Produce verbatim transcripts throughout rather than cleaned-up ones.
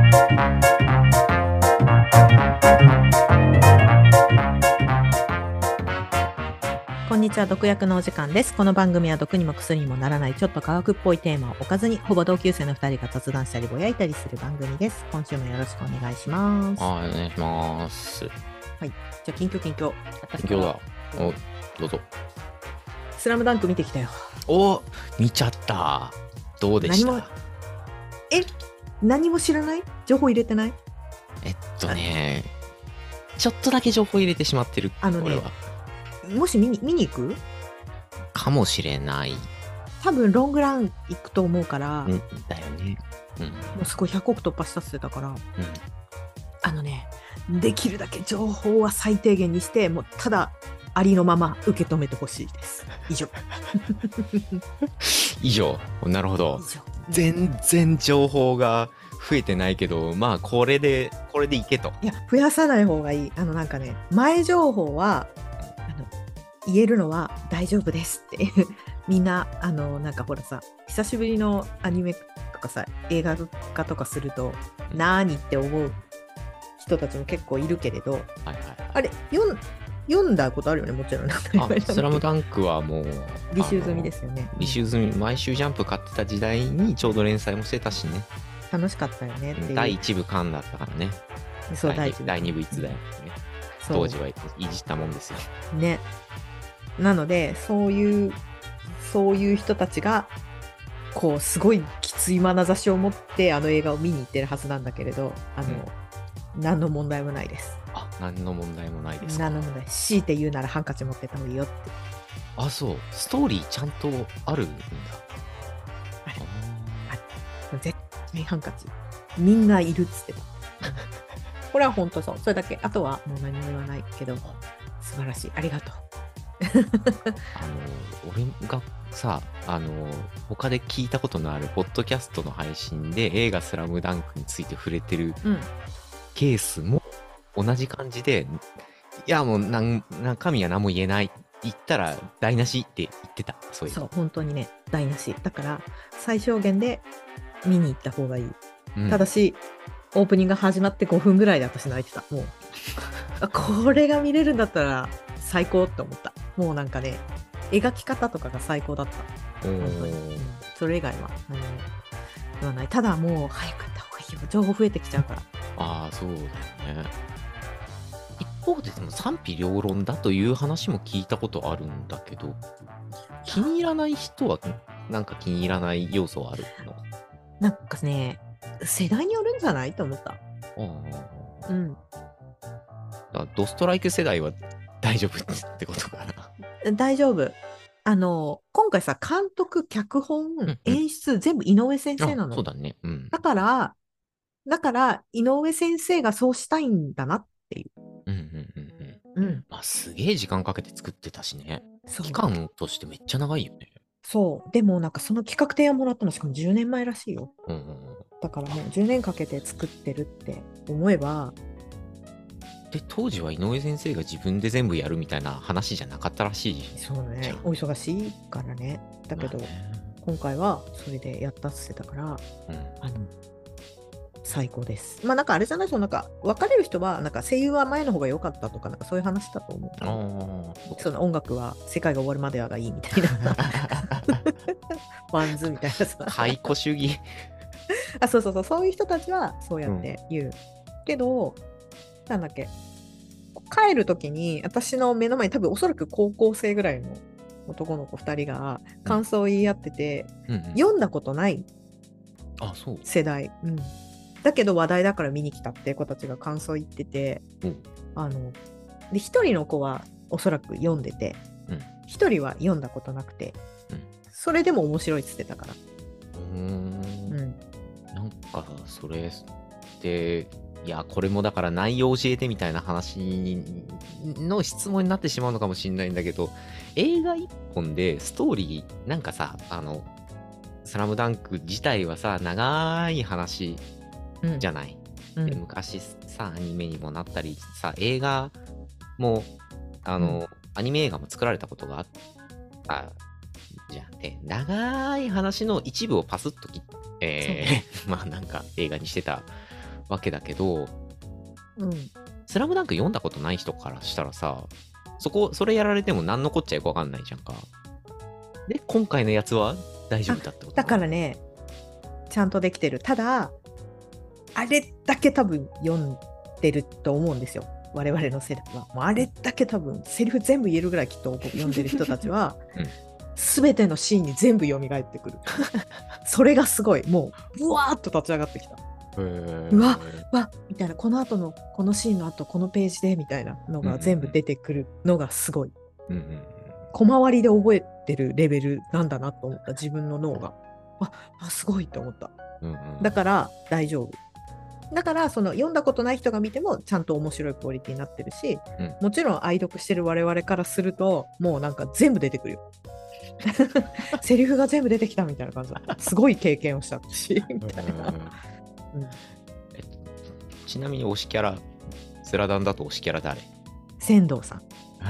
こんにちは、毒薬のお時間です。この番組は毒にも薬にもならないちょっと科学っぽいテーマを置かずに、ほぼ同級生のふたりが雑談したりぼやいたりする番組です。今週もよろしくお願いします。 はい、お願いします。 はい、じゃあ近況近況。 近況だ。お、どうぞ。 スラムダンク見てきたよ。 お、見ちゃった。どうでした？ 何もえ、何も知らない？情報入れてない？ えっとね、ちょっとだけ情報入れてしまってる。 あのね、 俺はもし見に見に行く？ かもしれない。 多分ロングラン行くと思うから。 うんだよね。うん。もうすごいひゃくおく突破したって言ってたから。うん。あのね、できるだけ情報は最低限にして、もうただありのまま受け止めてほしいです。以上。 以上。なるほど。全然情報が増えてないけど、まあこれでこれでいけと。 いや、増やさない方がいい。あのなんかね、前情報はあの言えるのは大丈夫ですってみんなあのなんかほらさ、久しぶりのアニメとかさ、映画化とかすると、うん、何って思う人たちも結構いるけれど、はいはいはい、あれ読ん読んだことあるよね、もちろん。あ、 スラムダンクはもう履修済みですよね。 履修済み、毎週ジャンプ買ってた時代にちょうど連載もしてたしね。 楽しかったよねっていう。 だいいち部巻だったからね。 そう、だいいち部。 だいに部いつだよね。当時はいじったもんですよ。 ね。なので、そういう、そういう人たちが、こう、すごいきつい眼差しを持って、あの映画を見に行ってるはずなんだけれど、あの、うん、何の問題もないです。 あ、何の問題もないですか。 何の問題。強いて言うならハンカチ持ってた方がいいよって。 あ、そう。ストーリーちゃんとあるんだ。 ある。ある。絶対ハンカチ。みんないるっつってた。これは本当そう。それだけ。あとはもう何も言わないけど、素晴らしい。ありがとう。 あの、俺がさ、あの、他で聞いたことのあるポッドキャストの配信で映画スラムダンクについて触れてるケースも同じ感じで、いやもうなん中身は何も言えない。言ったら台無しって言ってた。そういう。 そう、本当にね、台無し。だから最小限で見に行った方がいい。うん、ただし、オープニングが始まってごふんぐらいで私泣いてた。もうこれが見れるんだったら最高って思った。もうなんかね、描き方とかが最高だった。本当に、うん、それ以外はあの言わない。ただもう早く行った方がいいよ。情報増えてきちゃうから。 ああ、そうだよね。一方ででも賛否両論だという話も聞いたことあるんだけど、気に入らない人はなんか気に入らない要素はあるの？ なんかね、世代によるんじゃないと思った。うん。 だドストライク世代は大丈夫ってことかな。大丈夫。あの今回さ、監督、脚本、うんうん、演出全部井上先生なの。 そうだね。うん。 だからだから井上先生がそうしたいんだなっていう。 うんうんうんうん。うん。まあすげえ時間かけて作ってたしね。期間としてめっちゃ長いよね。 そう。でもなんかその企画提案もらったのしかもじゅうねんまえらしいよ。うんうんうん、だからもうじゅうねんかけて作ってるって思えば。 で当時は井上先生が自分で全部やるみたいな話じゃなかったらしい。 そうね。お忙しいからね。だけど、まあね、今回はそれでやったって言ってたから、うん、あの最高です。まあなんかあれじゃないと、なんか別れる人はなんか声優は前の方が良かったとか、なんかそういう話だと思う。その音楽は世界が終わるまではがいいみたいな。ワンズみたいなさ。 解雇主義。 あ、そうそうそう、そういう人たちはそうやって言う。うん、けど、なんだっけ、帰るときに私の目の前に多分おそらく高校生ぐらいの男の子ふたりが感想を言い合ってて、うんうんうん、読んだことない世代。うん、だけど話題だから見に来たっていう子たちが感想言ってて、うん、あので一人の子はおそらく読んでて、一、うん、人は読んだことなくて、うん、それでも面白いって言ってたから。 うーん、うん、なんかそれっていやこれもだから内容教えてみたいな話の質問になってしまうのかもしれないんだけど、映画一本でストーリーなんかさ、あのスラムダンク自体はさ長い話じゃない、うん、で昔さアニメにもなったりさ、映画もあの、うん、アニメ映画も作られたことがあったじゃんね。長い話の一部をパスッと切って、えー、まあなんか映画にしてたわけだけど、 うん。 スラムダンク読んだことない人からしたらさ、そこ、それやられても何のこっちゃよくわかんないじゃんか。で、今回のやつは大丈夫だってこと？ だからね、ちゃんとできてる。ただ、あれだけ多分読んでると思うんですよ。我々の世代は。もうあれだけ多分、セリフ全部言えるぐらいきっと読んでる人たちは、すべ、うん、てのシーンに全部蘇ってくる。それがすごい。もう、ぶわーっと立ち上がってきた。うわうわみたいな、この後のこのシーンの後このページでみたいなのが全部出てくるのがすごい、うんうん、小回りで覚えてるレベルなんだなと思った。自分の脳がああすごいと思った、うんうん、だから大丈夫だから、その読んだことない人が見てもちゃんと面白いクオリティになってるし、うん、もちろん愛読してる我々からするともうなんか全部出てくるよセリフが全部出てきたみたいな感じだ。すごい経験をしたしみたいなうん、 えちなみに推しキャラ、スラダンだと推しキャラ誰？ 仙道さん。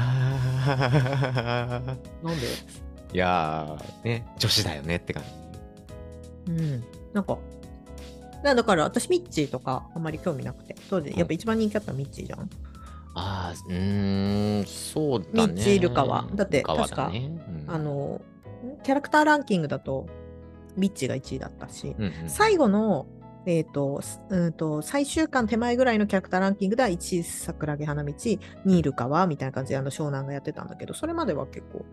なんで？ いやーね、女子だよねって感じ。うん、なんかだから私ミッチーとかあんまり興味なくて、当時やっぱ一番人気あったのミッチーじゃん。うん、 ああ、うーん、そうだね。 ミッチー、ルカワ。だって確か、ね、うん、あのキャラクターランキングだとミッチーがいちいだったし、うんうん、最後のえーとうんと最終巻手前ぐらいのキャラクターランキングではいちい桜木花道、にいルカワみたいな感じであの湘南がやってたんだけど、それまでは結構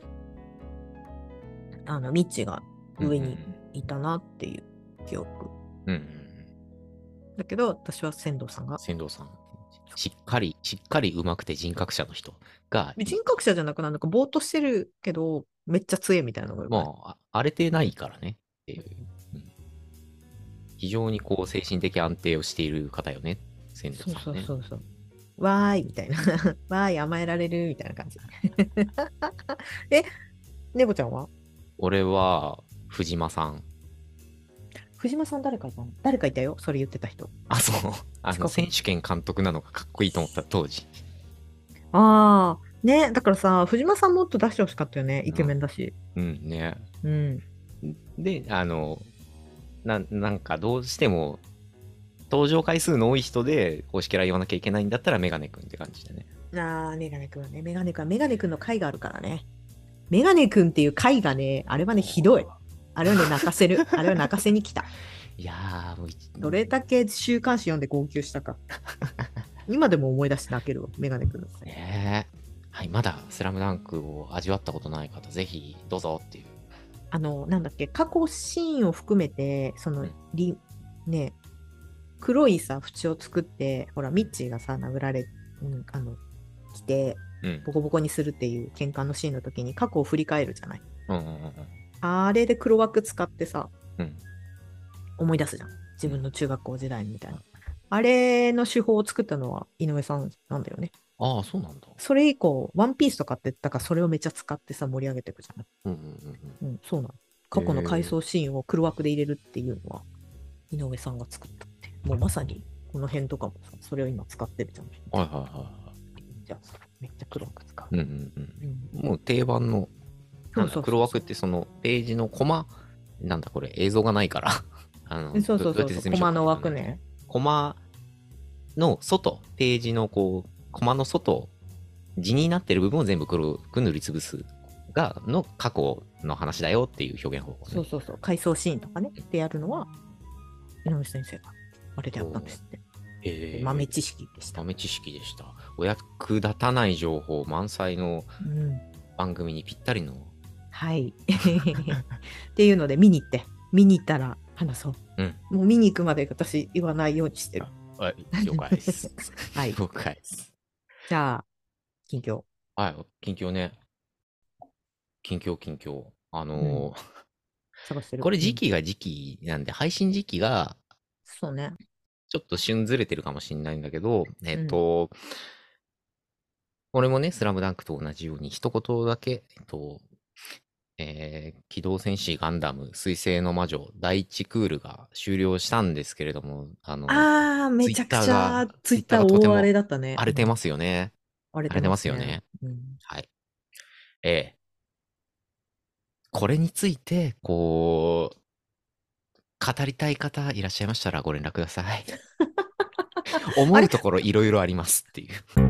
あのミッチが上にいたなっていう記憶、うんうん、だけど私は仙道さんが仙道さんしっかりしっかり上手くて人格者の人が人格者じゃなくなんかぼーっとしてるけどめっちゃ強いみたいなのがまあ荒れてないからねっていう、うん、非常にこう精神的安定をしている方よね、仙道さんね。 そうそうそうそう。わーいみたいな。わーい甘えられるみたいな感じ。え、ねぼちゃんは？ 俺は藤間さん。 藤間さん誰かいたの？誰かいたよ、それ言ってた人。 あ、そう。あの選手権監督なのがかっこいいと思った当時。 ああ、ね、だからさ、藤間さんもっと出してほしかったよね、イケメンだし。 うん、うん、ね。 うん。 で、あの、ななんかどうしても登場回数の多い人で公式キャラ言わなきゃいけないんだったらメガネくんって感じだね。 ああ、メガネくんはね、メガネくんはメガネくんの回があるからね。メガネくんっていう回がね、あれはね、ひどい。あれはね、泣かせる。あれは泣かせに来た。 いやー、もうどれだけ週刊誌読んで号泣したか。今でも思い出して泣けるわ、メガネくんの回。 ねえ。はい、まだスラムダンクを味わったことない方、ぜひどうぞっていう。 あの、なんだっけ、過去シーンを含めて、その、うん、ね、黒いさ、縁を作って、ほら、ミッチーがさ、殴られ、うん、あの、来て、ボコボコにするっていう喧嘩のシーンの時に過去を振り返るじゃない。うんうんうん、あれで黒枠使ってさ、うん、思い出すじゃん。自分の中学校時代みたいな。うん、あれの手法を作ったのは井上さんなんだよね。 ああ、そうなんだ。 それ以降、ワンピースとかって、だからそれをめっちゃ使ってさ、盛り上げていくじゃない。うんうんうんうん。うん、そうなの。過去の回想シーンを黒枠で入れるっていうのは、井上さんが作ったって。もうまさに、この辺とかもさ、それを今使ってるじゃん。はいはいはい。じゃあ、めっちゃ黒枠使う。うんうんうん。うん、もう定番の、なんだ黒枠ってそのページのコマ、なんだこれ、映像がないから。 あのそうそうそうそう、コマの枠ね。 コマの外、ページのこう、コマの外、字になってる部分を全部黒く塗りつぶすが、の過去の話だよっていう表現方法、ね。 そうそうそう、回想シーンとかね、でやるのは、井上先生があれでやったんですって。えー、豆知識でした。 豆知識でした。お役立たない情報満載の番組にぴったりの。うん、 はい。っていうので見に行って、見に行ったら話そう。うん、もう見に行くまで私言わないようにしてる。 はい、了解です。 はい。 了解です。 じゃあ、近況。 はい、近況ね。近況、近況。あのー、うん、 探してる。 これ時期が時期なんで、配信時期が、 そうね。 ちょっと旬ずれてるかもしれないんだけど、えっと、うん、俺もね、スラムダンクと同じように一言だけ、えっと、えー、機動戦士ガンダム水星の魔女第一クールが終了したんですけれども、あの、 あー、めちゃくちゃツイッター大荒れだったね。 荒れてますよね。 荒れてますよね。うん、はい。ええー、これについて、こう、語りたい方いらっしゃいましたらご連絡ください。 思うところいろいろありますっていう。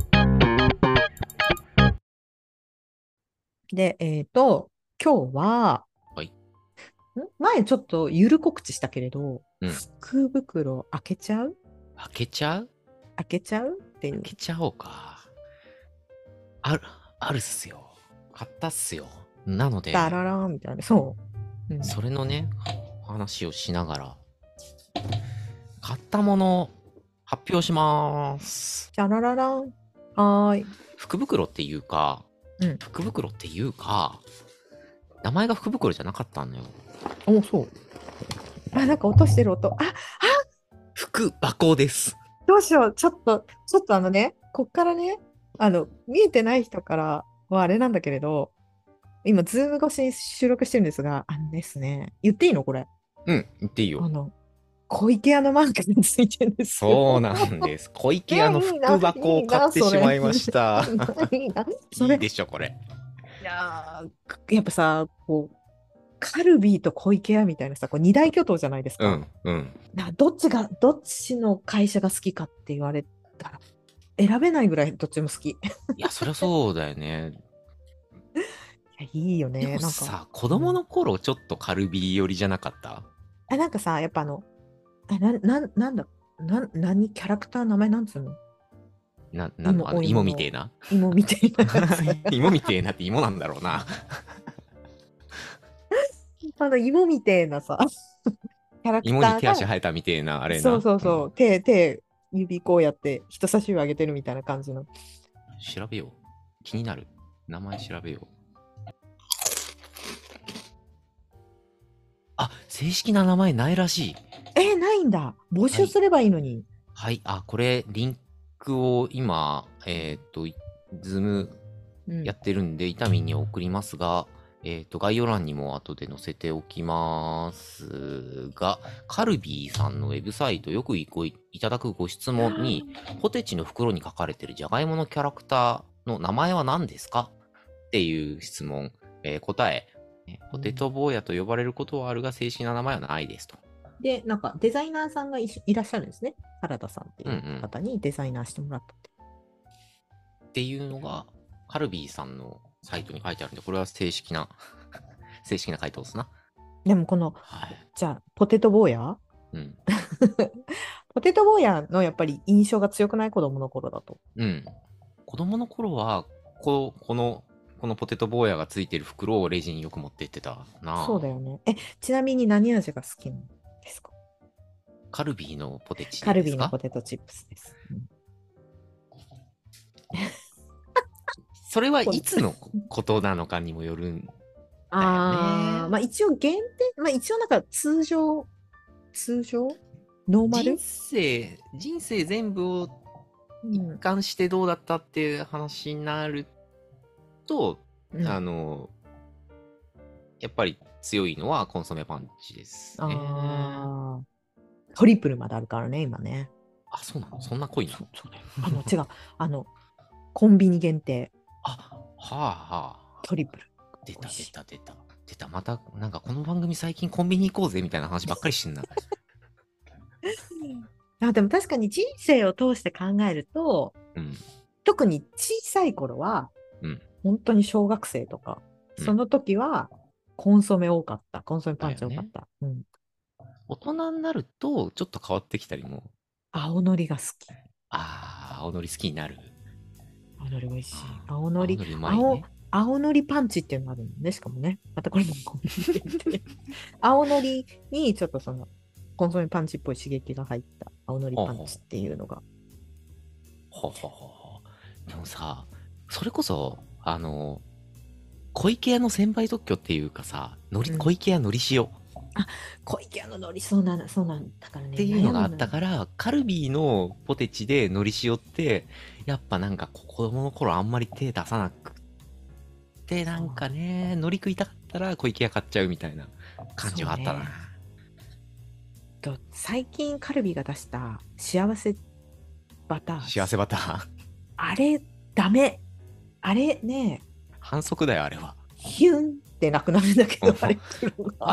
で、えっと、今日は、 はい。 ん前ちょっとゆる告知したけれど、 うん福袋開けちゃう開けちゃう開けちゃうっていう開。けちゃおうか。ある、あるっすよ。買ったっすよ。なので、 ダララーンみたいな。そう。うん、 それのね、話をしながら、買ったもの、発表しまーす。 ダラララン。はーい。 福袋っていうか、 うん。 福袋っていうか、名前が福袋じゃなかったのよ。 お、そう。あ、なんか落としてる音。あ、 福箱です。 どうしよう。ちょっと、ちょっとあのね、こっからね、あの、見えてない人からはあれなんだけれど、今、ズーム越しに収録してるんですが、あのですね、言っていいのこれ。 うん、言っていいよ。 あの、小池屋のマークがついてるんですよ。 そうなんです。小池屋の福箱を買ってしまいました。 いいな、それ。いいな、それ。 いいでしょ、これ。 いやー、やっぱさ、こう、カルビーと小池屋みたいなさ、こう二大巨頭じゃないですか。 うん、うん。 なんかどっちが、どっちの会社が好きかって言われたら、選べないぐらいどっちも好き。いいや、そりゃそうだよね。 や、いいよね。 でもなんか、 さ、子供の頃ちょっとカルビー寄りじゃなかった？ あ、なんかさ、やっぱあの、あな、な、なんだ、な、何、キャラクター名前なんつうのな、なんのあの、 お芋の芋みてえな。 芋みたいなやつ。 芋みてえなって芋なんだろうな。 あの、芋みたいなさ、キャラク芋にターが、 手足生えたみてえな、あれな。 そうそうそう、 ん手、手、指こうやって人差し指上げてるみたいな感じの。 調べよう。気になる。名前調べよう。あ、正式な名前ないらしい。 え、ないんだ。募集すればいいのに。 はい、あ、これ、リンクを今、えっ、と、ズームうんやってるんで、イタミンに送りますが、えっ、と、概要欄にも後で載せておきますが、カルビーさんのウェブサイト、よくごいいただくご質問に、ポテチの袋に書かれてるジャガイモのキャラクターの名前は何ですかっていう質問、えー答え、えポテト坊やと呼ばれることはあるが、正式な名前はないですと。 で、なんかデザイナーさんがいしいらっしゃるんですね。原田さんっていうんううん方にデザイナーしてもらったって。 っていうのが、カルビーさんのサイトに書いてあるんで、これは正式な、正式な回答ですな。 でもこの、 はい。 じゃあ、ポテト坊やうん。 ポテト坊やのやっぱり印象が強くない子供の頃だと。 うん。子供の頃は、ここの、このポテト坊やがついてる袋をレジによく持ってってたな。 そうだよね。え、ちなみに何味が好きなんですか？ カルビーのポテチですか？ カルビーのポテトチップスです。うんそれはいつのことなのかにもよるんだよね。 あー、まあ一応限定、まあ一応なんか通常、通常ノーマル人生、人生全部をうん一貫してどうだったっていう話になると、 うんあの、やっぱり強いのはコンソメパンチですね。 あートリプルまであるからね、今ね。 あ、そうなの？そんな濃いの？ そうそうあの、違う。あの、コンビニ限定、 あ、はあはあ。 トリプル。 出た美味しい出た出た。出た。また、なんかこの番組最近コンビニ行こうぜみたいな話ばっかりしてんな。 あ、でも確かに人生を通して考えると、 うん。 特に小さい頃は、 うん。 本当に小学生とか、 うんその時はコンソメ多かった。コンソメパンチだよね多かった。うん。 大人になると、ちょっと変わってきたりも。 青のりが好き。 あー、青のり好きになる。 青のり美味しい。 あー青のり、 青のりうまい青ね。 青のりパンチっていうのがあるのね、しかもね。またこれもコンビニ限定青のりにちょっとそのコンソメパンチっぽい刺激が入った青のりパンチっていうのが。 ほほほほ。でもさ、それこそ、あの、小池屋の先輩特許っていうかさ、のり、 うん小池屋のり塩っ小池屋ののり、そうなんだ、そうなんだからね。 ていうのがあったら。 から、カルビーのポテチでのり塩って、やっぱなんか子供の頃あんまり手出さなくて、なんかね、のり食いたかったら小池屋買っちゃうみたいな感じはあったな。 そうねと最近カルビーが出した幸せバター味幸せバター。 あれダメあれね反則だよ、あれは。 ヒュンってなくなるんだけどあれあれ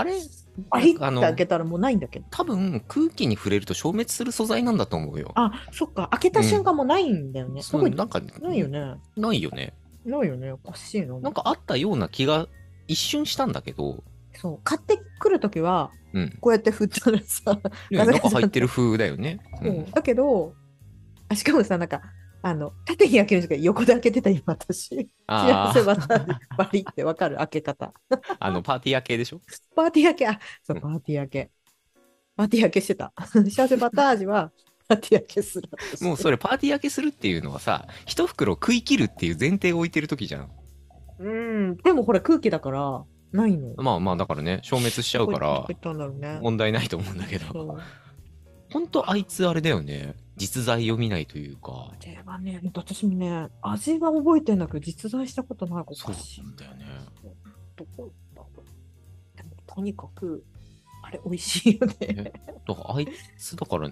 バリッあのて開けたらもうないんだけど。 多分空気に触れると消滅する素材なんだと思うよ。 あ、そっか。開けた瞬間もうないんだよね。 そう、 特になんか、 ないよね。 ないよね。 ないよね。おかしいな。 なんかあったような気が一瞬したんだけど、 そう。買ってくるときは、 うん。 こうやって振ったらさ、 ね、 ガサガサ中入ってる風だよね。う。 そうんだけど、あしかもさ、なんか、あの、縦に開けるんですけど、横で開けてた今、私。 あ幸せバターでバリってわかる開け方。 あ、あの、パーティー明けでしょ？ パーティー開け、あ、そうう、 んパーティー開け。パーティー開けしてた。幸せバター味は、パーティー開けする。私もうそれパーティー明けするっていうのはさ、一袋食い切るっていう前提を置いてる時じゃん。 うん。でもこれ空気だから、ないの。 まあまあ、だからね、消滅しちゃうからどこ行ったんだろうね。 問題ないと思うんだけど。 そう。 ほんとあいつあれだよね。実在を見ないというか。 定番ね、私もね、味は覚えてんだけど、実在したことないかおそうかしい。 なんだよね。 どこだろう。でもとにかく、あれ、美味しいよね。 ねだからあいつだから、うん、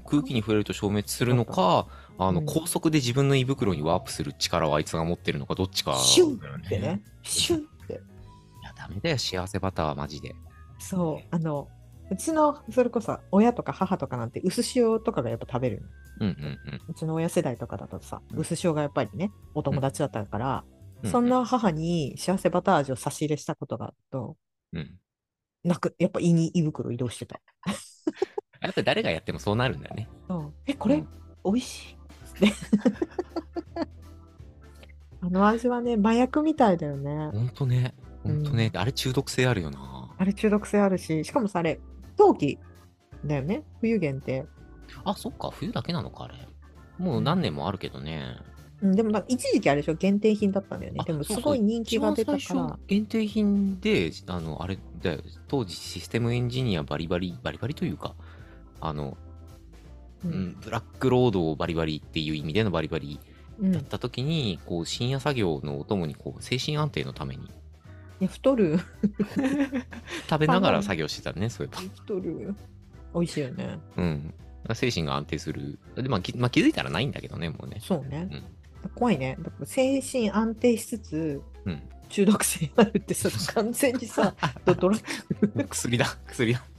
空気に触れると消滅するのか、あの、 うん高速で自分の胃袋にワープする力をあいつが持ってるのか、どっちかシュンだよってね。シュンって。 いや、ダメだよ、幸せバターはマジで。 そう、あの、うちの、それこそ親とか母とかなんて薄塩とかがやっぱ食べるの。 うんうんうん。 うちの親世代とかだとさ、 うん薄塩がやっぱりね、お友達だったから、 うんそんな母に幸せバター味を差し入れしたことがあると、 うん。 なく、やっぱ胃に胃袋移動してた。 やっぱ誰がやってもそうなるんだよね。 そうえ、これ、 うん美味しいって。あの味はね、麻薬みたいだよね。 ほんとね。ほんとね。あれ中毒性あるよな。 あれ中毒性あるし、しかもさ、あれ、冬季だよね。冬限定。 あ、そっか。冬だけなのか、あれ。もう何年もあるけどね。 うん、でもなんか一時期あれでしょ、限定品だったんだよね。 あでもすそうそうごい人気が出たから一番最初。限定品で、あの、あれだよ。当時システムエンジニアバリバリ、バリバリというか、あの、 ううんん、ブラックロードをバリバリっていう意味でのバリバリうんだった時に、こう深夜作業のお供にこう精神安定のためにね、太る。 食べながら作業してたね、そういえば。 太る。美味しいよね。 うん。精神が安定する。で、まあ、きまあ、気づいたらないんだけどね、もうね。 そうね。 うん。 怖いね。だから精神安定しつつ、 うん。 中毒性あるってさ、完全にさ、ドドラッグ。 薬だ、薬だ。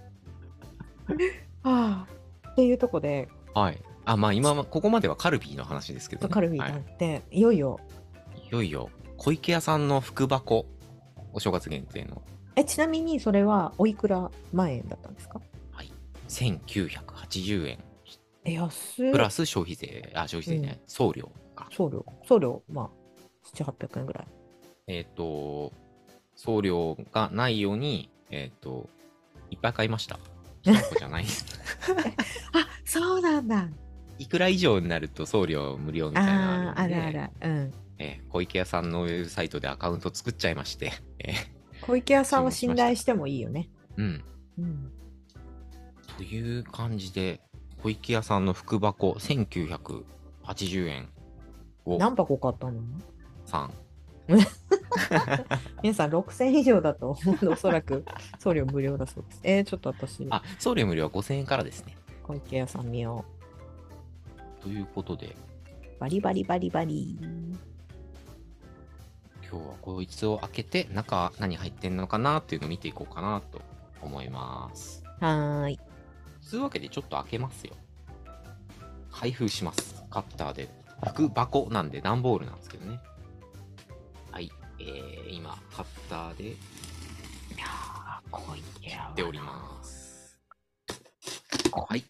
はあ。っていうとこで、 はい。あ、まあ今、ここまではカルビーの話ですけど、ね。 カルビーはいがあって、いよいよ、 いよいよ、小池屋さんの福箱、お正月限定の、 え、ちなみにそれはおいくら万円だったんですか？ はい、せんきゅうひゃくはちじゅうえん。 え、安い。 プラス消費税、あ、消費税ね、送料か。 送料。送料、まあ、ななひゃく、はっぴゃくえんぐらい。 えっ、と、送料がないように、えっ、と、いっぱい買いました。ひとこじゃないです。 あ、そうなんだ。 いくら以上になると送料無料みたいなのああ、ああるんで、 らあら。うん。 えー小池屋さんのウェブサイトでアカウント作っちゃいまして、え小池屋さんは信頼してもいいよね。 ーうん。 うん。 という感じで、小池屋さんの福箱せんきゅうひゃくはちじゅうえんを何箱買ったの？ さん。 皆さんろくせん以上だと思うのおそらく送料無料だそうです。えー、ちょっと私、 あ、送料無料はごせんえんからですね。 小池屋さん見よということで、 う。バリバリバリバリ。 今日はこいつを開けて、中何入ってんのかなっていうのを見ていこうかなと思います。 はーい。 というわけでちょっと開けますよ。開封します。カッターで。福箱なんで段ボールなんですけどね。はい。えー、今、カッターでいやー、小池屋は切っております。はい。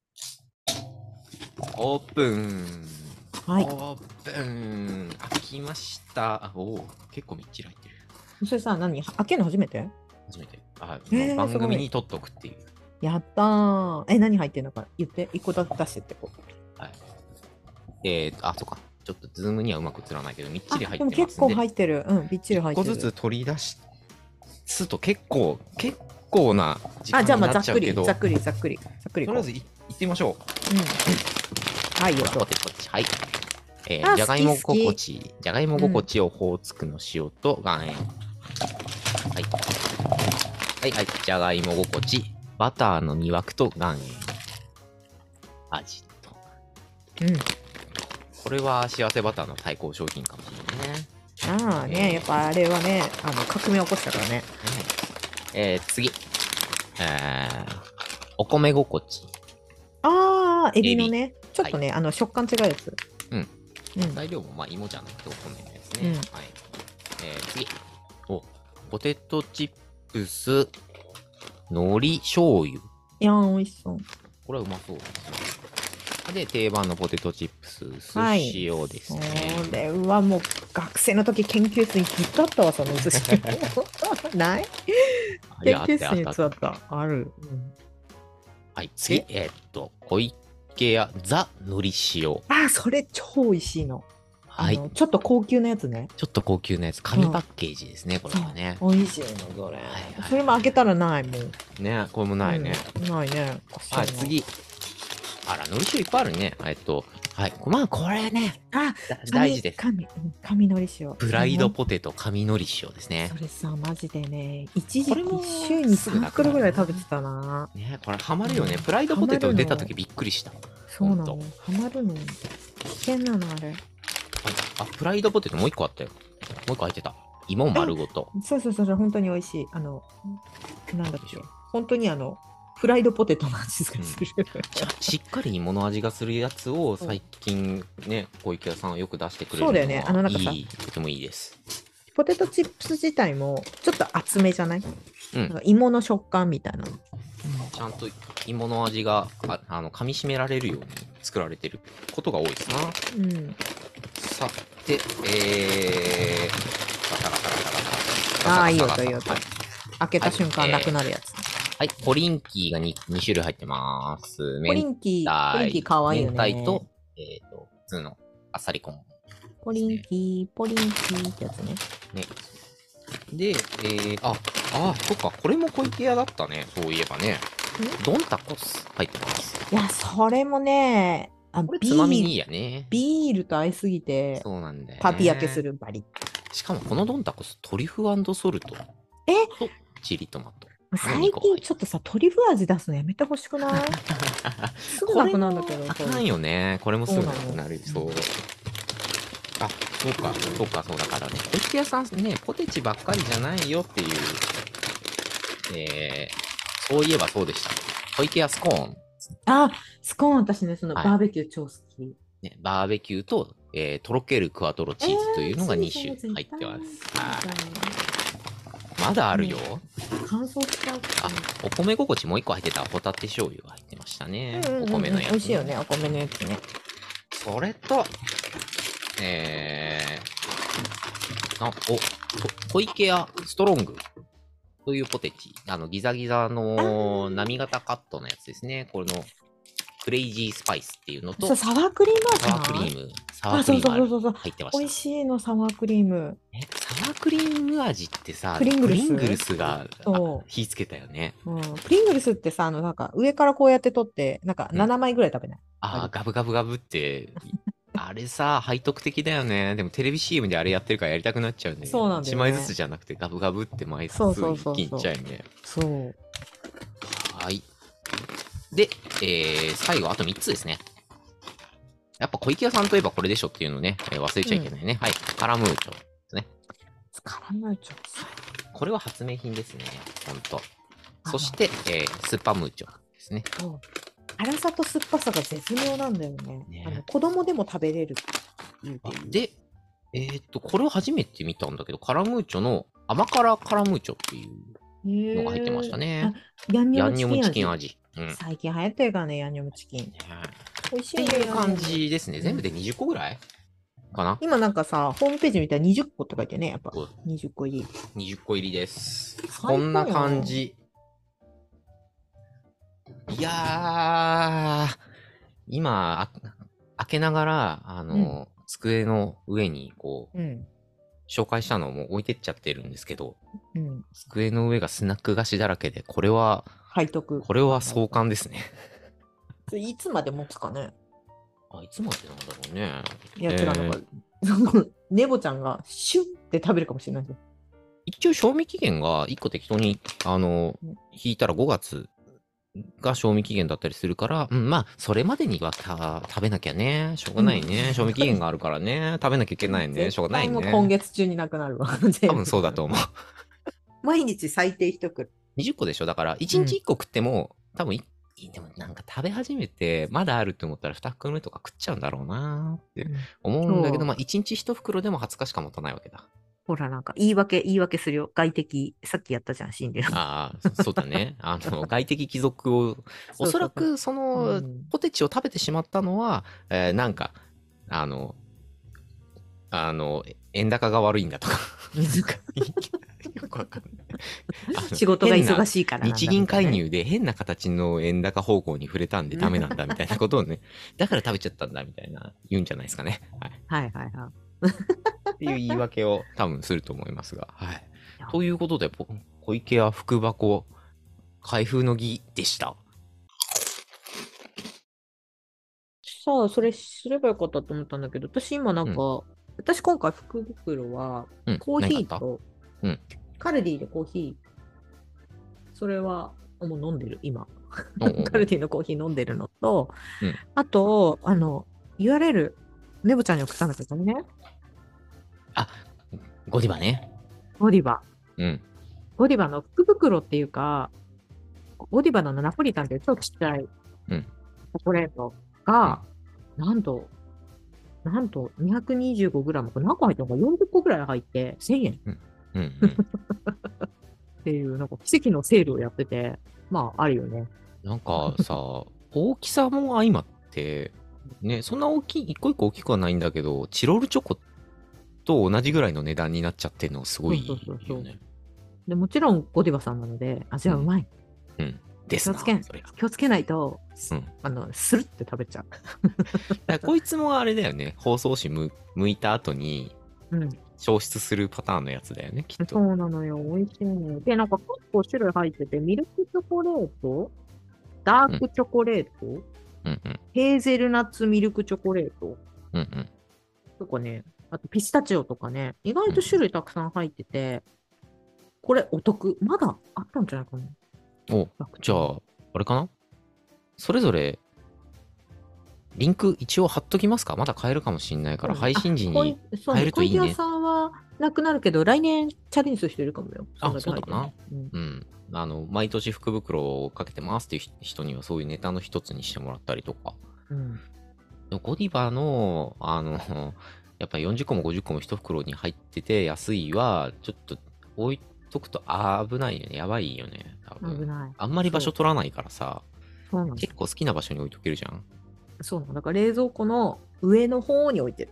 オープン。 はい。 オープン。開きました。あおお、結構みっちり入ってる。 それさ、何開けるの初めて？ 初めて。あ、 へー番すごい組に撮っとくっていう。 やったー。え、何入ってんのか言って。一個だけ出してってこう。 はい。えーと、あ、そうか。ちょっとズームにはうまく映らないけど、みっちり入でもってますんで。 結構入ってる。うん、びっちり入ってる。 一個ずつ取り出すと結構、結構な時間あ、じゃあにまあざっくり、 なっちゃうけど、 ざっくり、ざっくり、ざっくりこう。 とりあえずい行ってみましょう。 うん。はい、よポと。 テポテ。はい。えあー、じゃがいも好き好き心地、じゃがいも心地をほうつくの塩と岩塩。はい。はいはい。じゃがいも心地、バターの魅惑と岩塩。味と。 うん。 これは幸せバターの対抗商品かもしれないね。 ああね、やっぱあれはね、あの革命を起こしたからね。 えー、次。 えー、お米心地。 ああ、エビエビのね、ちょっとね、あの食感違うやつ。 うん。 うん。 材料もまあ芋じゃなくてお米のやつね。 うんはい。えー、次。お、ポテトチップス、海苔醤油。 いやー、美味しそう。 これはうまそうですね。で、定番のポテトチップス、寿はい司用ですこね。 れはもう学生の時研究室にずっとあったわ、その寿司。ないい研や、あっ究室にてあったあった。 ずっとあった。ある。うんはい、次。 ええーっと、小池屋ザ海苔塩。 あー、それ超美味しいの。 はいあ。のちょっと高級なやつね。 ちょっと高級なやつ。紙パッケージですね、これはね。 美味しいの、それ。 はいはいそれも開けたらないもん。 ね、これもないね。 うんないね。 はい、次。あら、海苔塩いっぱいあるね。えっと、はい。まあ、これね、 あ、 だ大事です。 紙、紙紙のり塩。 フライドポテト、紙のり塩ですねそ。れさ、マジでね、一時これも期週にすぐさんなくなるな袋ぐらい食べてたな。 ね、これハマるよね。 うんフライドポテトハマるの出た時びっくりした。 そうなの。 ほんハマるの。危険なの、あれ。 あ、フライドポテトもう一個あったよ。もう一個入ってた。芋丸ごと。 そうそうそうそう、本当に美味しい。あの、なんだっけ。本当にあの、フライドポテトの味がする。 ししっかり芋の味がするやつを最近ね、小池屋さんはよく出してくれるのはそうだよねあのなんかさいい、とてもいいです。 ポテトチップス自体もちょっと厚めじゃない、 うんなんか芋の食感みたいなの。 ちゃんと芋の味がああの噛み締められるように作られてることが多いですな。 うん。 さて、えー、ガタガタガタガタ。 ああ、いいガサガサ音いい音。 はい開けた瞬間はいなくなるやつ。 はい、ポリンキーが 2, 2種類入ってます。 ポリンキー、ポリンキーかわいいよね。 明太と、えっ、と、普通のあっさりコーン。 ポリンキー、ポリンキーってやつね。 ね。で、えー、あ、あ、そっか、これも小池屋だったね。そういえばね。ドンタコス入ってます。 いや、それもね、あこれビつまみにいいールやね。 ビールと合いすぎて、 そうなんだよ、ね。 パピ焼けするバリッ。 しかもこのドンタコス、トリュフソルトえとチリトマト。 最近ちょっとさ、トリュフ味出すのやめてほしくないすぐなくなるんだけど。 あかんよね。これもすぐなくなる。 そうなのそう。あ、そうか、そうか、そうだからね。小池屋さんね、ポテチばっかりじゃないよっていう。えー、そういえばそうでした。小池屋スコーン。 あ、スコーン私ね、そのはいバーベキュー超好き。 ね、バーベキューと、えーとろけるクワトロチーズというのがに種えー入ってます。 絶対はいまだあるよ。 乾燥しちゃう。 あ、お米心地もう一個入ってたホタテ醤油が入ってましたね。 うんうんうんお米のやつ。 美味しいよね、お米のやつね。 それと、えー、あ、お、こ小池屋ストロングというポテチ。あの、ギザギザの波型カットのやつですね。これのクレイジースパイスっていうのと、 そう、サワークリーム味サワークリーム、サワークリームあるあそうそうそうそう入ってました。 美味しいの、サワークリーム。 え、サワークリーム味ってさ、 プリングルスプリングルスがそうあ火つけたよね。 うん、プリングルスってさ、あの、なんか上からこうやって取って、なんかうんななまいぐらい食べない。 ああ、ガブガブガブって、あれさ、背徳的だよね。でもテレビ シーエム であれやってるからやりたくなっちゃうんで、 そうなんだよねいちまいずつじゃなくてガブガブって枚数そうそうそうそう一気にいっちゃうよね。 そう。 はい。で、えー、最後あとみっつですね。やっぱ小池屋さんといえばこれでしょっていうのね、えー忘れちゃいけないね。はい。カラムーチョですね。 カラムーチョ。 これは発明品ですね。ほんと。 あそして、えー、スーパームーチョですね。 そう辛さと酸っぱさが絶妙なんだよね。 ねあの子供でも食べれるっていうあで、えーっと、これを初めて見たんだけど、カラムーチョの甘辛カラムーチョっていうのが入ってましたね。 ヤンニヤンョムチキン味。 ニョムチキン味。うん。ね最近流行ってるからね、ヤンニョムチキン。美味しいねっていう感じですね。全部でにじゅっこぐらいかな。 今なんかさ、ホームページ見たらにじゅっこって書いてね、やっぱそうにじゅっこ入り。 にじゅっこ入りです。 最高こんな感じ。いやー、今、あ開けながら、あの、机の上にこう、 うん。 紹介したのをもう置いてっちゃってるんですけど、 うん。 机の上がスナック菓子だらけで、これは、 背徳。 これは壮観ですね。 それいつまで持つかね。 あ、いつまでなんだろうね。 いや、 えー違う、なんか、ネボちゃんがシュッって食べるかもしれないじゃん。 一応賞味期限がいっこ適当に、あのうん、 引いたらごがつが賞味期限だったりするから、うん、まあ、それまでにはた食べなきゃね。しょうがないね。 うん賞味期限があるからね。食べなきゃいけないね。しょうがない絶対もう今ね。 月中になくなるわ。 多分そうだと思う。 毎日最低一袋。 にじゅっこでしょ。だからいちにちいっこ食っても、多分いでもなんか食べ始めてまだあるって思ったらに袋目とか食っちゃうんだろうなって思うんだけど、 そうまあいちにちいち袋でもはつかしか持たないわけだ。 ほら、なんか言い訳、言い訳するよ。外敵、さっきやったじゃん、死んでる。 ああ、そそうだね。あの、外的貴族を、おそらそうそうそう。 くそのうんポテチを食べてしまったのは、えーなんか、あの、あの、円高が悪いんだとか。 水かよくわかんない。あの仕事が変な忙しいからなんだ日銀みたいなね。 介入で変な形の円高方向に触れたんでダメなんだみたいなことをね、だから食べちゃったんだみたいな言うんじゃないですかね。はい。 はいはいはい。 っていう言い訳を多分すると思いますが。はい。 いやということで、ぽ小池屋福箱開封の儀でした。 さあ、それすればよかったと思ったんだけど、私今なんか、 う私今回福袋はうん。 コーヒー何買ったと、 うんカルディでコーヒー、それはもう飲んでる、今。 おうおうおうカルディのコーヒー飲んでるのと、 うんあと、あの、ユーアールエル、ネボちゃんに送ったんだけどね、 ゴディバね。 ゴディバ。 うん。 ゴディバの福袋っていうか、ゴディバのナポリタンっていう超ちっちゃいうんチョコレートが、なんと、なんと にひゃくにじゅうごグラム、これ何個入ってるのかよんじゅっこぐらい入ってせんえんっうんうん。 ていう、なんか奇跡のセールをやってて、まあ、あるよね。 なんかさ、大きさも相まって、ね、そんな大きい、一個一個大きくはないんだけど、チロルチョコと同じぐらいの値段になっちゃってるのすごいそうそうそうそうよね。 でもちろんゴディバさんなので、味はうまい。 うん。ですな。 気をつけんそれが。 気をつけないと、 うん。 あの、スルって食べちゃだからこいつもあれだよね。包装紙む剥いた後にう。うん。 消失するパターンのやつだよね、きっそと。 うなのよ。美味しいのよ。で、なんか結構種類入ってて、ミルクチョコレート、ダークチョコレート、 うんうん。 ヘーゼルナッツミルクチョコレートうんうん。 とかね、あとピスタチオとかね、意外と種類たくさん入ってて、これお得。まだあったんじゃないかな。 お、じゃあ、あれかなそれぞれ、リンク一応貼っときますか。まだ買えるかもしんないから、 うん配信時にあこいそうね、 買えるといいね小池屋。さんはなくなるけど、来年チャレンジする人いるかもよ。 あんけ入ってるそうだな。 うんうん。あの、毎年福袋をかけてますっていう人にはそういうネタの一つにしてもらったりとか。 うんでもゴディバの、あの、やっぱよんじゅっこもごじゅっこも一袋に入ってて安いは、ちょっと置いとくと危ないよね。やばいよね。多分。 危ない。 あんまり場所取らないからさ、 そうなの。 結構好きな場所に置いとけるじゃん。 そうなの。だから冷蔵庫の上の方に置いてる。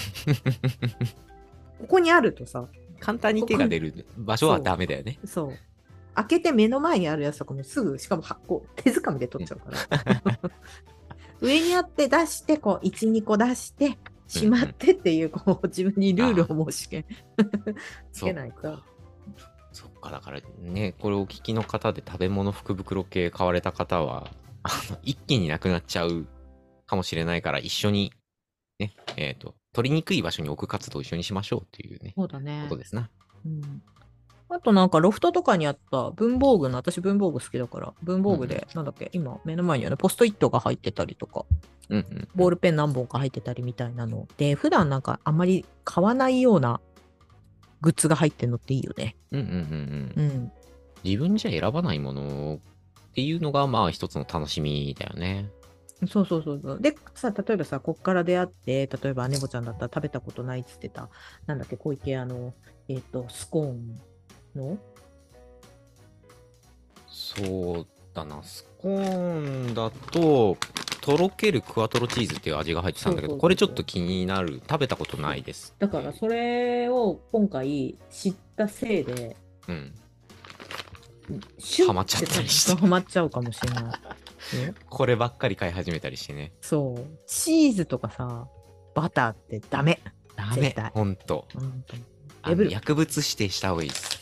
ここにあるとさ、 簡単に手が出る場所はダメだよね。 そう。開けて目の前にあるやつとかもすぐ、しかもはこう手づかみで取っちゃうから。上にあって出して、こう、いち、にこ出して、しまってっていう、こう、自分にルールを申しけつけないと。 そっか、だからね、これをお聞きの方で食べ物福袋系買われた方は、あの一気になくなっちゃうかもしれないから、一緒に、ね、えっ、と、取りにくい場所に置く活動を一緒にしましょうっていうね、 そうだね。 ことですな。 うんあとなんかロフトとかにあった文房具の、私文房具好きだから、文房具で、なんだっけ、今目の前にあるポストイットが入ってたりとか、 うんうん。 ボールペン何本か入ってたりみたいなので、普段なんかあんまり買わないようなグッズが入ってるのっていいよね。 うんうんうんうん。 うん。 自分じゃ選ばないものっていうのが、まあ一つの楽しみだよね。 そうそうそうそう。で、さ、例えばさ、こっから出会って、例えば姉子ちゃんだったら食べたことないっつってた、なんだっけ、小池屋の、えっ、と、スコーンのそうだな、スコーンだと、とろけるクワトロチーズっていう味が入ってたんだけど、 そうそうそうそうこれちょっと気になる。食べたことないです。 だからそれを今回知ったせいで、 うん。 シュッハマっちゃったりしててハマっちゃうかもしれない。ねこればっかり買い始めたりしてね。 そう。チーズとかさ、バターってダメ。 ダメ絶対。 ほんと。 うんあのレベル薬物指定した方がいいです。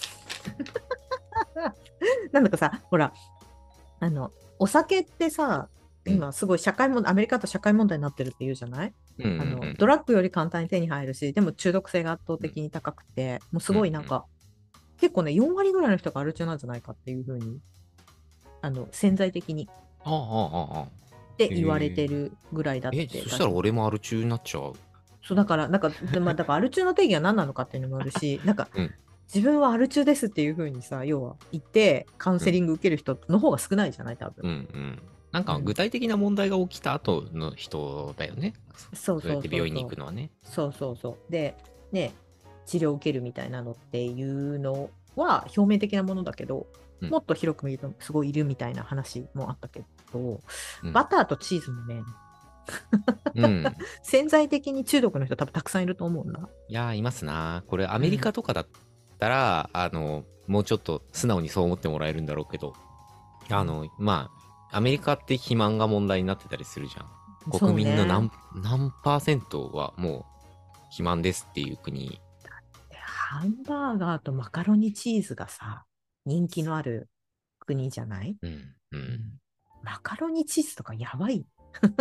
なんだかさ、ほら、あの、お酒ってさ、今すごい社会問題、アメリカと社会問題になってるって言うじゃない、 うんうんうん、 あのドラッグより簡単に手に入るし、でも中毒性が圧倒的に高くて、もうすごいなんか、結構ね、よん割ぐらいの人がアル中なんじゃないかっていうふうに、あの、潜在的にああああああ。 って言われてるぐらいだって。 え、そしたら俺もアル中になっちゃう。 そうだから、なんか、でまあ、だからアル中の定義は何なのかっていうのもあるし、なんか、 うん自分はアル中ですっていう風にさ、要は言ってカウンセリング受ける人の方が少ないじゃない多分。 うんうん。なんかうん具体的な問題が起きた後の人だよね。 そうそうやって病院にそうそうそう。 行くのはね。 そうそうそう。で、ね、治療を受けるみたいなのっていうのは表面的なものだけど、 うんもっと広く見るとすごいいるみたいな話もあったけど、 うんバターとチーズもね、 うん。 潜在的に中毒の人多分たくさんいると思うんだ。 いやー、いますな。これアメリうん。 カとかだったら、あの、もうちょっと素直にそう思ってもらえるんだろうけど、あの、まあ、アメリカって肥満が問題になってたりするじゃん。国そうね。 民の何、何パーセントはもう肥満ですっていう国。 ハンバーガーとマカロニチーズがさ、人気のある国じゃない、 うんううん、 ん。 マカロニチーズとかやばい。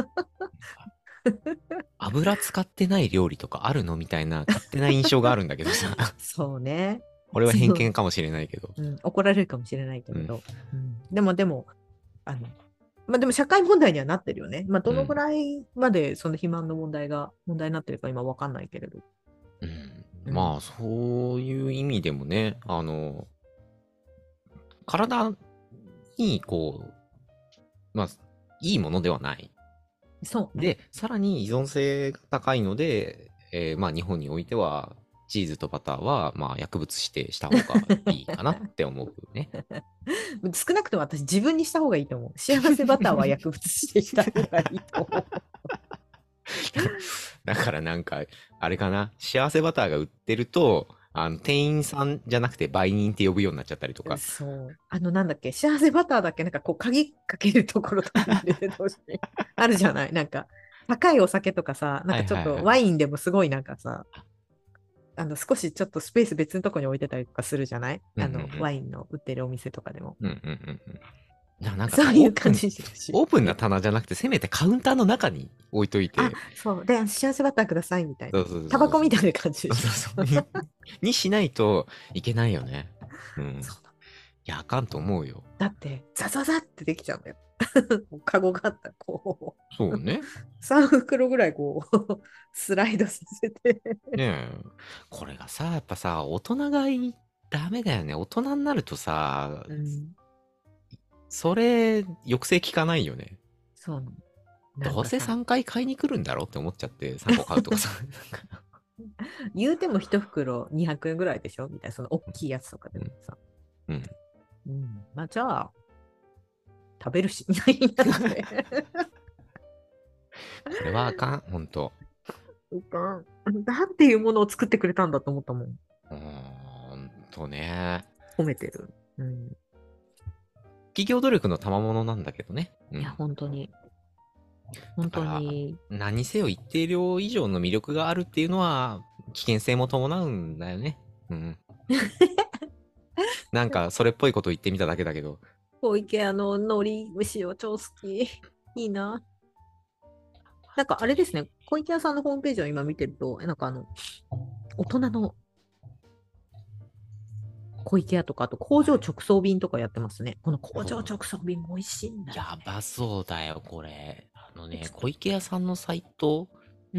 油使ってない料理とかあるのみたいな勝手な印象があるんだけどさ。 そうね。 これはそう、 偏見かもしれないけど。 うん、怒られるかもしれないけうん。 れど。うん、でもでも、あの、まあでも社会問題にはなってるよね。まあどのぐうん。 らいまでその肥満の問題が問題になってるか今わかんないけれど。 うん。 うん、 まあ、そういう意味でもね、あの、体に、こう、まあ、いいものではない。 そうね。 で、さらに依存性が高いので、えーまあ、日本においては、チーズとバターは、まあ、薬物指定した方がいいかなって思うね。 少なくとも私自分にした方がいいと思う。幸せバターは薬物してした方がいいと思う。 だからなんか、あれかな、幸せバターが売ってると、あの、店員さんじゃなくて売人って呼ぶようになっちゃったりとか。 そう。あの、なんだっけ、幸せバターだっけ、なんかこう、鍵かけるところとかに入れてほしい。あるじゃないなんか、高いお酒とかさ、なんはいかちょっはいはい。 とワインでもすごいなんかさ、あの、少しちょっとスペース別のところに置いてたりとかするじゃないうんうんうあの、ワインの売ってるお店とかでも。 ん。うんうんうんうん。ななんかさ、 そういう感オープン、 じにしてほしい。 オープンな棚じゃなくて、せめてカウンターの中に置いといあ、 て、 そう。で、幸せバターくださいみたいな。 そうそうタそうそう。 バコみたいな感じでそうしょ。 そうそう。ににしないといけないよね。うん。 そうだ。 いや、あかんと思うよ。 だって、ザザザってできちゃうんだよ。カゴがあったら、こう、 そうね。 さん袋ぐらいこう、スライドさせて。 ねえ。これがさ、やっぱさ、大人がいダメだよね。大人になるとさ、 うん、 それ、抑制効かないよね。 そうなの。なんどうせかさ、 さんかい買いに来るんだろって思っちゃってさんこ買うとかさ。 言うても一袋にひゃくえんぐらいでしょみたいな、その大きいやつとかでもさ。 うん。うん。 うん、まあ、じゃあ、食べるし、ないなって。 これはあかん、ほんと。 なんていうものを作ってくれたんだと思ったもん。 うーんとね。 褒めてる。うん、 企業努力の賜物なんだけどね。ういや、 ん。 本当に、本当だから、 に、 何せよ一定量以上の魅力があるっていうのは、危険性も伴うんだよね。うん。なんか、それっぽいこと言ってみただけだけど。 小池あの海苔虫を超好き。いいな。なんかあれですね、小池屋さんのホームページを今見てると、なんかあの、大人の小池屋とか、あと工場直送便とかやってますね。この工場直送便も美味しいんだよね。 やばそうだよ、これ。あのね、 ちょっと、 小池屋さんのサイトうん。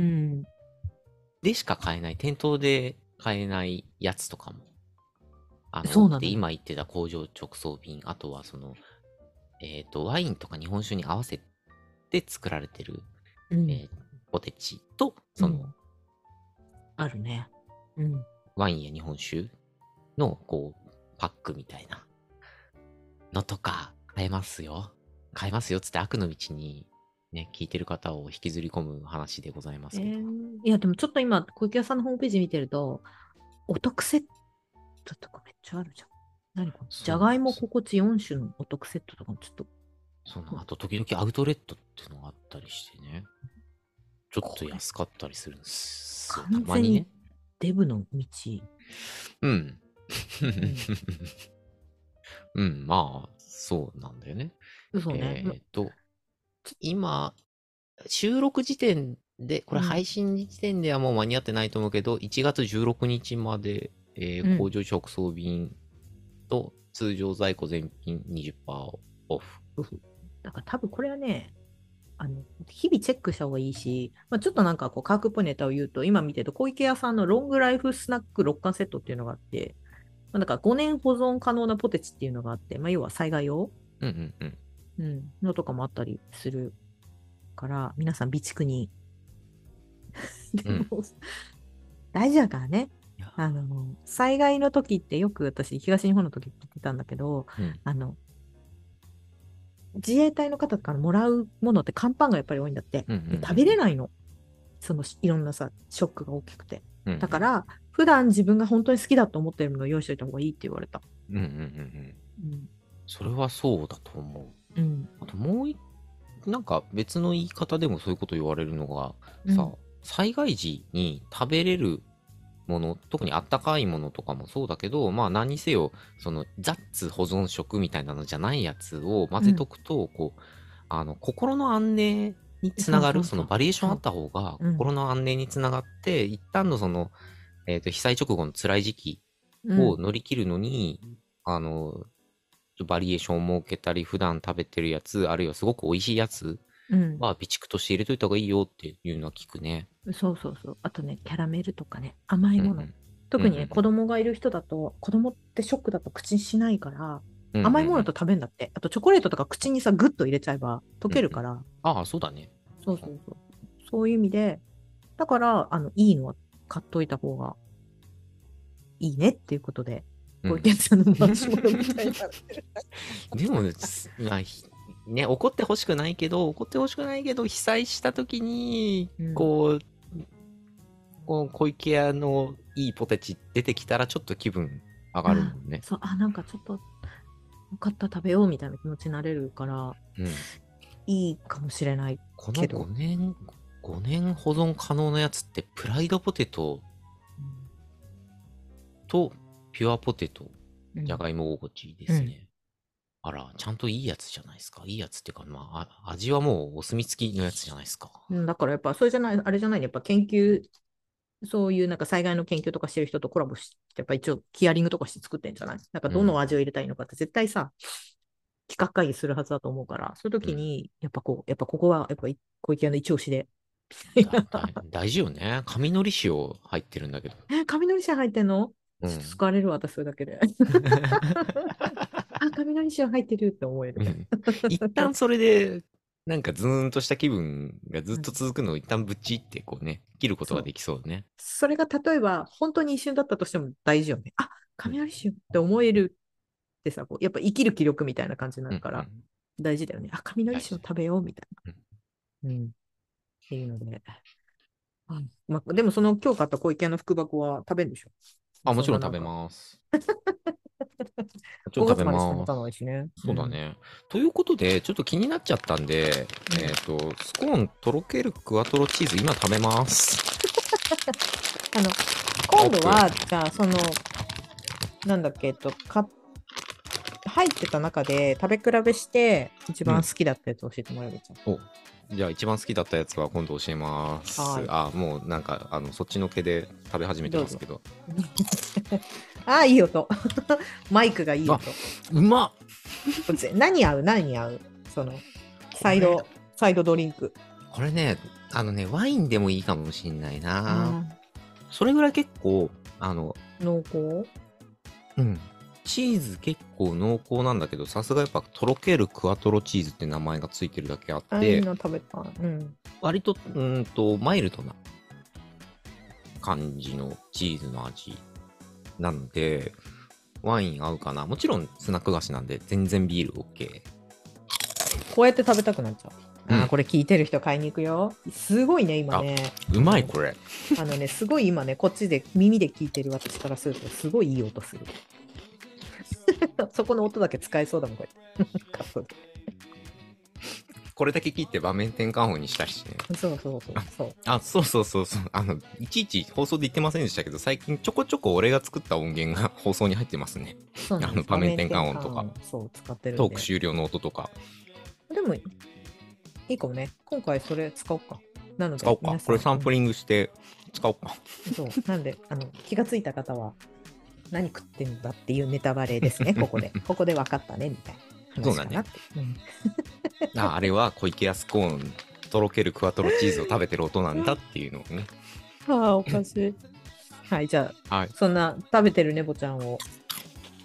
でしか買えない、店頭で買えないやつとかも、あの、多くて、 そうなのよ。 今言ってた工場直送便、あとはその、えっと、ワインとか日本酒に合わせて作られてる、 うん。 えーポテチと、その、 うん。あるね。うん。 ワインや日本酒の、こう、パックみたいなのとか、買えますよ。買えますよっつって悪の道に、ね、聞いてる方を引きずり込む話でございまえすけど。 ー、いや、でもちょっと今、小池屋さんのホームページ見てると、お得セットとかめっちゃあるじゃん。何これじそうゃがいもなんです。 心地よん種のお得セットとかもちょっと、 その、あと時々アウトレットっていうのがあったりしてね。ちょっとこれ、 安かったりするんですよ。た完全にまにね。 デブの道。 うん。 うん。 うん、まあ、そうなんだよね。 嘘ね。まえっと、今、収録時点で、これうん。 配信時点ではもう間に合ってないと思うけど、いちがつじゅうろくにちまで、えーうん。 工場直送便と通常在庫全品にじゅっパーセントオフ。 嘘だから多分これはね、あの、日々チェックした方がいいし、まあ、ちょっとなんかこう、科学っぽいネタを言うと、今見てると、小池屋さんのロングライフスナックろっかんセットっていうのがあって、 まあ、だからごねん保存可能なポテチっていうのがあって、まあ、要は災害用、 うんうんうん。 うん、のとかもあったりするから、皆さん備蓄に。でも、 うん。 大事だからね。 いやあの、災害の時ってよく私、東日本の時って言ってたんだけど、 うんあの、自衛隊の方からもらうものって乾パンがやっぱり多いんだって。 うんうんうんで、食べれないの。そのいろんなさ、ショックが大きくて。 うんうんだから、普段自分が本当に好きだと思ってるものを用意しておいた方がいいって言われた。 うんうんうんうん。 うん。 それはそうだと思う。 うん。 あともう一なんか別の言い方でもそういうこと言われるのが、さ、 うん。 災害時に食べれるもの、特にあったかいものとかもそうだけど、まあ何にせよ、その雑保存食みたいなのじゃないやつを混ぜとくと、こう、あの、心の安寧につながる、 そうそうそう。 そのバリエーションあそう。 った方が、 うん。 心の安寧につながって、一旦のその、えっと、被災直後の辛い時期をうん。 乗り切るのに、あの、バリエーションを設けたり、普段食べてるやつ、あるいはすごく美味しいやつうん。 は備蓄として入れといた方がいいよっていうのは聞くね。 そうそうそう。あとね、キャラメルとかね、甘いもの。 うんうん。うん特にね、子うん供がいる人だと、子供ってショックだと口にしないから、 うん。うんうんうん。 甘いものと食べるんだって。あとチョコレートとか口にさ、グッと入れちゃえば溶うんうん。 けるから、 ああ、そうだね。 そうそうそう。そういう意味で、だから、あの、いいのは買っといた方がいいねっていうことで、小うん。 池さんのマシュマロみたいになってる。 でも、すまあ、ひね、怒ってほしくないけど、怒ってほしくないけど、被災した時に、 うん。 こう、こう小池屋のいいポテチ出てきたらちょっと気分上がるもあ、 んね。 そう、あ、なんかちょっと、よかった、食べようみたいな気持ちになれるから、 うん。 いいかもしれないこのけど。 ごねん、ごねん保存可能なやつって、プライドポテトとピュアポテト、 うん。 じゃがいもごちでうん。 すね。あら、ちゃんといいやつじゃないですか。いいやつっていうか、まあ、あ味はもうお墨付きのやつじゃないですか。 うん、だからやっぱ、それじゃない、あれじゃないね、やっぱ研究、そういうなんか災害の研究とかしてる人とコラボして、やっぱ一応ヒアリングとかして作ってんじゃない？なんかうん。 どの味を入れたいのかって絶対さ、企画会議するはずだと思うから、そういううん。 時に、やっぱこう、やっぱここは、やっぱ小池屋の一押しで。 だ、だ、大事よね。紙のり塩入ってるんだけど。 え、紙のり塩入ってんの？ちょっとうん。 疲れるわ、私それだけで。あ、紙のり塩入ってるって思える。 うん。一旦それで、なんかズーンとした気分がずっとうん、 続くのを一旦ぶちってこうね、切ることそう。 ができそうね。 それが例えば、本当に一瞬だったとしても大事よね。あ、 うん。 紙のり塩って思えるってさ、こうやっぱ生きる気力みたいな感じになうん。 るから、 うん。 大事だよね。あ、紙のり大事だよ。 塩食べようみたいうん。 な。うん。っていうので。はい。まあ、でもその今日買った小池屋の福箱は食べるんでしょ？ あ、もちろん食べそんななんか、 ます。もちろん食 5 べ月までしか持ます。 たないしね。うん。 そうだね。ということで、ちょっと気になっちゃったんで、 うん。 えっと、スコーンとろけるクワトロチーズ、今食べます。 あの、 オープン。 今度は、じゃあ、その、なんだっけ、えっと、か、入ってた中で食べ比べして、一うん。 番好きだったやつ教えてもらえばいいじゃん。 お、じゃあ一番好きだったやつは今度教えます。 はーい。 あ、もうなんか、あの、そっちのけで食べ始めてどうぞ。 ますけど。 ああ、いい音。マイクがいいあ、 音。 うまっ。 これぜ何合う何合うその、 これ、 サイド、サイドドリンク。 これね、あのね、ワインでもいいかもしんないな。 あそれぐらい結構、あの、 ー濃厚。 うん。チーズ結構濃厚なんだけど、さすがやっぱとろけるクワトロチーズって名前がついてるだけあっあ、いいて、 の食べたい。うん。 割と、うーんと、マイルドな感じのチーズの味なので、ワイン合うかな。もちろんスナック菓子なんで全然ビール OK。 こうやって食べたくなっちゃう。あー、 うん。 これ聞いてる人買いに行くよ。すごいね、今あ、 ね。 うあの、 まいこれ。 あのね、すごい今ね、こっちで耳で聞いてる私からすると、すごいいい音する。そこの音だけ使えそうだもん、これ。カットで。 これだけ聞いて場面転換音にしたしね。 そうそうそうそう。 あ、そうそうそうそう。あの、いちいち放送で言ってませんでしたけど、最近ちょこちょこ俺が作った音源が放送に入ってますね。あの、 そうなんです。 場面転場面転換音とか、 換をそう使ってるんトークで。 終了の音とか、 でも、いいかもね。今回それ使おうか。なので、 使おうか。 皆さん、うん、 これサンプリングして使おうか。 そう。なんで、あの、気がついた方は、何食ってんだっていうネタバレですね、ここで。ここで分かったね、みたいなそうだね。 話かなって。うん、 あ、あれは小池屋スコーン、とろけるクワトロチーズを食べてる音なんだっていうのをね。 はあ、おかしい。はい、じゃあ、 はい。 そんな食べてるネボちゃんを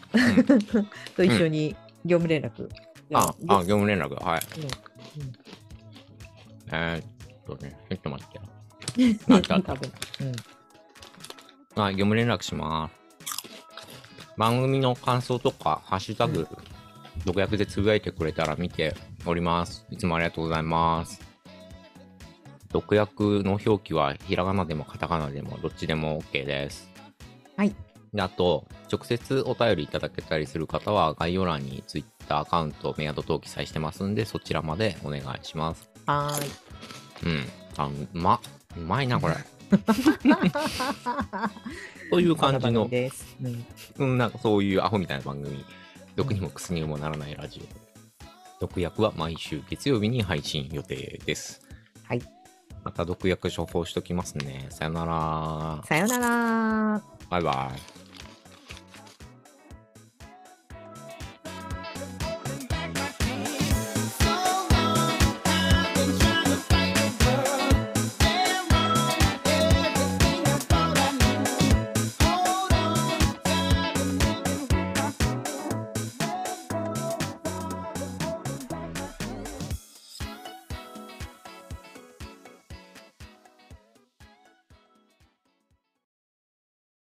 うんと一緒に業務連絡。 あ、あ、業務連絡、はい。 うんうんえー、っとね、ちょっと待ってよ。あったあった。 多分うんあ、業務連絡します。番組の感想とか、ハッシュタグ、毒薬でつぶやいてくれたら見ております。いつもありがとうございます。毒薬の表記はひらがなでもカタカナでもどっちでも OK です。 はい。 で、あと、直接お便りいただけたりする方は概要欄に Twitter アカウント、メアド等記載してますんで、そちらまでお願いします。 はーい。 うん。あ、うま、うまいな、これ。という感じの、 です。うん、 うん、なんかそういうアホみたいな番組。毒にも薬にもならないラジオ。毒薬は毎週月曜日に配信予定です。 はい。 また毒薬処方しときますね。さよなら。 さよなら。 バイバイ。